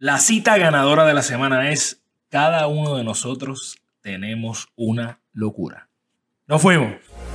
La cita ganadora de la semana es: cada uno de nosotros tenemos una locura. ¡Nos fuimos!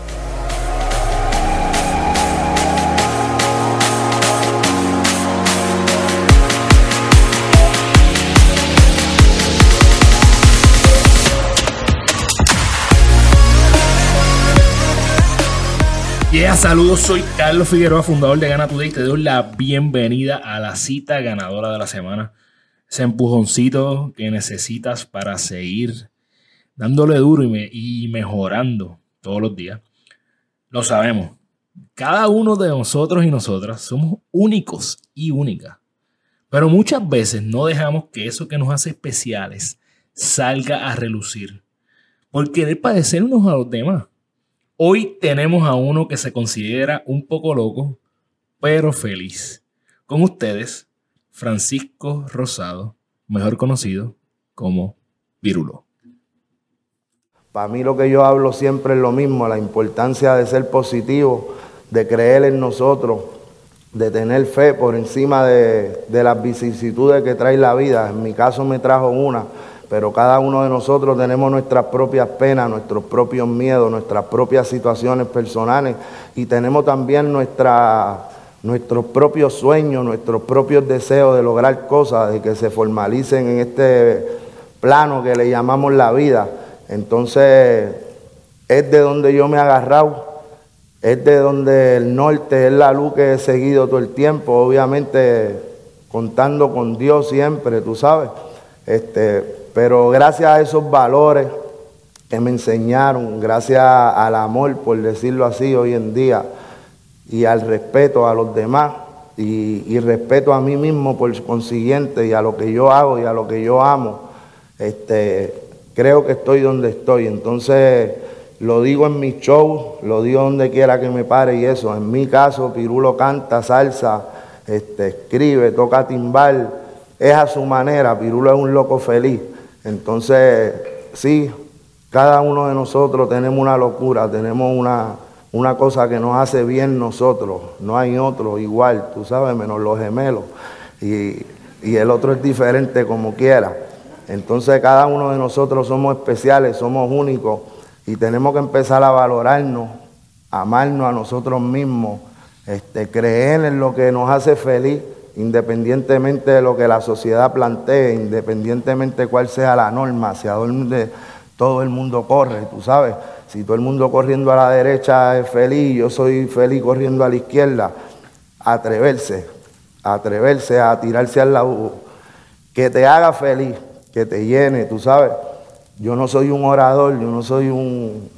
Saludos, soy Carlos Figueroa, fundador de Gana Today. Te doy la bienvenida a la cita ganadora de la semana. Ese empujoncito que necesitas para seguir dándole duro y mejorando todos los días. Lo sabemos. Cada uno de nosotros y nosotras somos únicos y únicas. Pero muchas veces no dejamos que eso que nos hace especiales salga a relucir por querer parecernos a los demás. Hoy tenemos a uno que se considera un poco loco, pero feliz. Con ustedes, Francisco Rosado, mejor conocido como Pirulo. Para mí lo que yo hablo siempre es lo mismo, la importancia de ser positivo, de creer en nosotros, de tener fe por encima de las vicisitudes que trae la vida. En mi caso me trajo una, pero cada uno de nosotros tenemos nuestras propias penas, nuestros propios miedos, nuestras propias situaciones personales y tenemos también nuestros propios sueños, nuestros propios deseos de lograr cosas, de que se formalicen en este plano que le llamamos la vida. Entonces es de donde yo me he agarrado, es de donde el norte es la luz que he seguido todo el tiempo, obviamente contando con Dios siempre, tú sabes. Pero gracias a esos valores que me enseñaron, gracias al amor, por decirlo así, hoy en día, y al respeto a los demás, y respeto a mí mismo por consiguiente, y a lo que yo hago y a lo que yo amo, creo que estoy donde estoy. Entonces, lo digo en mis shows, lo digo donde quiera que me pare y eso. En mi caso, Pirulo canta salsa, escribe, toca timbal, es a su manera. Pirulo es un loco feliz. Entonces, sí, cada uno de nosotros tenemos una locura, tenemos una cosa que nos hace bien nosotros. No hay otro igual, tú sabes, menos los gemelos. Y el otro es diferente como quiera. Entonces, cada uno de nosotros somos especiales, somos únicos y tenemos que empezar a valorarnos, amarnos a nosotros mismos, creer en lo que nos hace feliz, independientemente de lo que la sociedad plantee, independientemente de cuál sea la norma, hacia donde todo el mundo corre, tú sabes. Si todo el mundo corriendo a la derecha es feliz, yo soy feliz corriendo a la izquierda, atreverse a tirarse al lado, que te haga feliz, que te llene, tú sabes. Yo no soy un orador, yo no soy un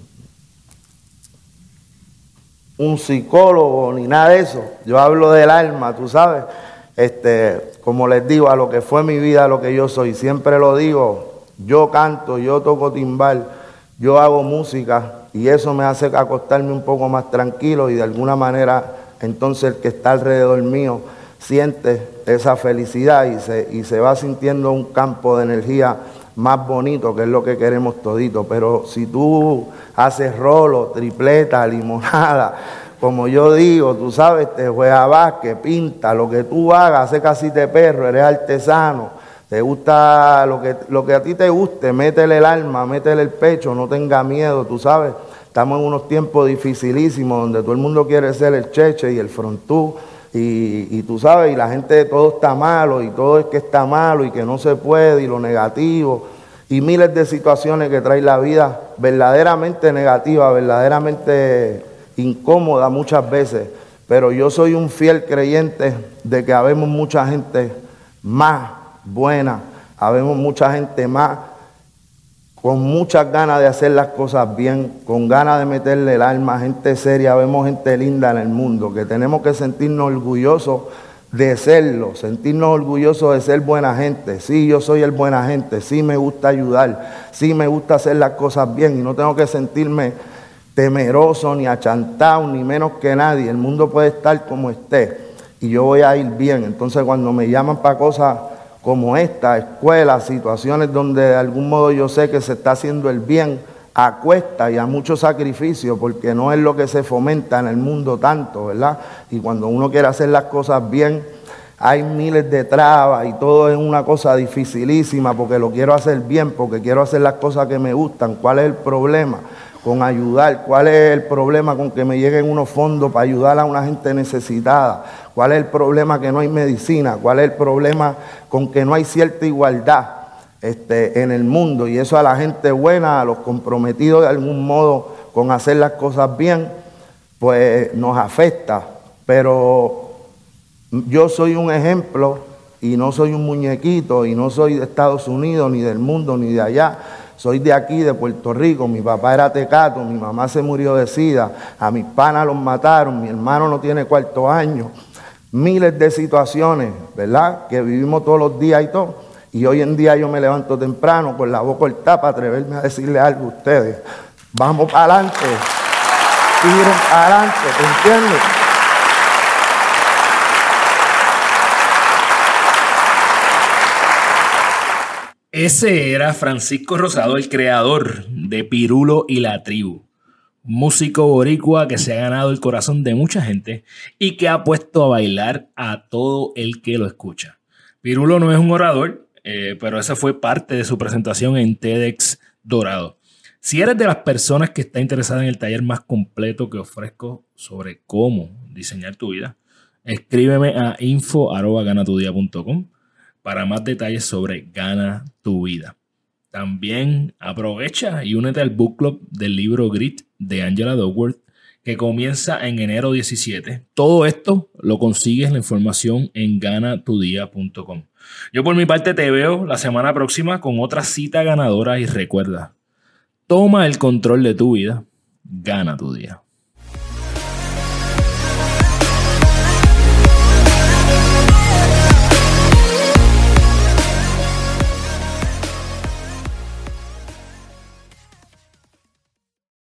psicólogo ni nada de eso. Yo hablo del alma, tú sabes. Como les digo, a lo que fue mi vida, a lo que yo soy, siempre lo digo, yo canto, yo toco timbal, yo hago música y eso me hace acostarme un poco más tranquilo y de alguna manera entonces el que está alrededor mío siente esa felicidad y se va sintiendo un campo de energía más bonito, que es lo que queremos todito. Pero si tú haces rolo, tripleta, limonada, como yo digo, tú sabes, te juega básquet, pinta, lo que tú hagas, hace casita de perro, eres artesano, te gusta lo que a ti te guste, métele el alma, métele el pecho, no tenga miedo, tú sabes. Estamos en unos tiempos dificilísimos donde todo el mundo quiere ser el cheche y el frontú y tú sabes, y la gente todo está malo y todo es que está malo y que no se puede y lo negativo y miles de situaciones que trae la vida verdaderamente negativa, verdaderamente incómoda muchas veces, pero yo soy un fiel creyente de que habemos mucha gente más buena, habemos mucha gente más con muchas ganas de hacer las cosas bien, con ganas de meterle el alma, gente seria, vemos gente linda en el mundo, que tenemos que sentirnos orgullosos de serlo, sentirnos orgullosos de ser buena gente. Sí, yo soy el buena gente, sí me gusta ayudar, sí me gusta hacer las cosas bien y no tengo que sentirme temeroso, ni achantado, ni menos que nadie. El mundo puede estar como esté y yo voy a ir bien. Entonces cuando me llaman para cosas como esta, escuelas, situaciones donde de algún modo yo sé que se está haciendo el bien a cuesta y a mucho sacrificio, porque no es lo que se fomenta en el mundo tanto, ¿verdad? Y cuando uno quiere hacer las cosas bien, hay miles de trabas y todo es una cosa dificilísima porque lo quiero hacer bien, porque quiero hacer las cosas que me gustan. ¿Cuál es el problema con ayudar? ¿Cuál es el problema con que me lleguen unos fondos para ayudar a una gente necesitada? ¿Cuál es el problema que no hay medicina? ¿Cuál es el problema con que no hay cierta igualdad en el mundo? Y eso a la gente buena, a los comprometidos de algún modo con hacer las cosas bien, pues nos afecta. Pero yo soy un ejemplo y no soy un muñequito y no soy de Estados Unidos, ni del mundo, ni de allá. Soy de aquí, de Puerto Rico. Mi papá era tecato, mi mamá se murió de sida, a mis panas los mataron, mi hermano no tiene cuarto año. Miles de situaciones, ¿verdad?, que vivimos todos los días y todo. Y hoy en día yo me levanto temprano con la boca cortada para atreverme a decirle algo a ustedes. Vamos para adelante, tiren para adelante, ¿te entiendes? Ese era Francisco Rosado, el creador de Pirulo y la Tribu. Músico boricua que se ha ganado el corazón de mucha gente y que ha puesto a bailar a todo el que lo escucha. Pirulo no es un orador, pero esa fue parte de su presentación en TEDx Dorado. Si eres de las personas que está interesada en el taller más completo que ofrezco sobre cómo diseñar tu vida, escríbeme a info@ganatudia.com para más detalles sobre Gana tu Vida. También aprovecha y únete al book club del libro Grit de Angela Duckworth, que comienza en enero 17. Todo esto lo consigues la información en ganatudia.com. Yo por mi parte te veo la semana próxima con otra cita ganadora y recuerda, toma el control de tu vida, gana tu día.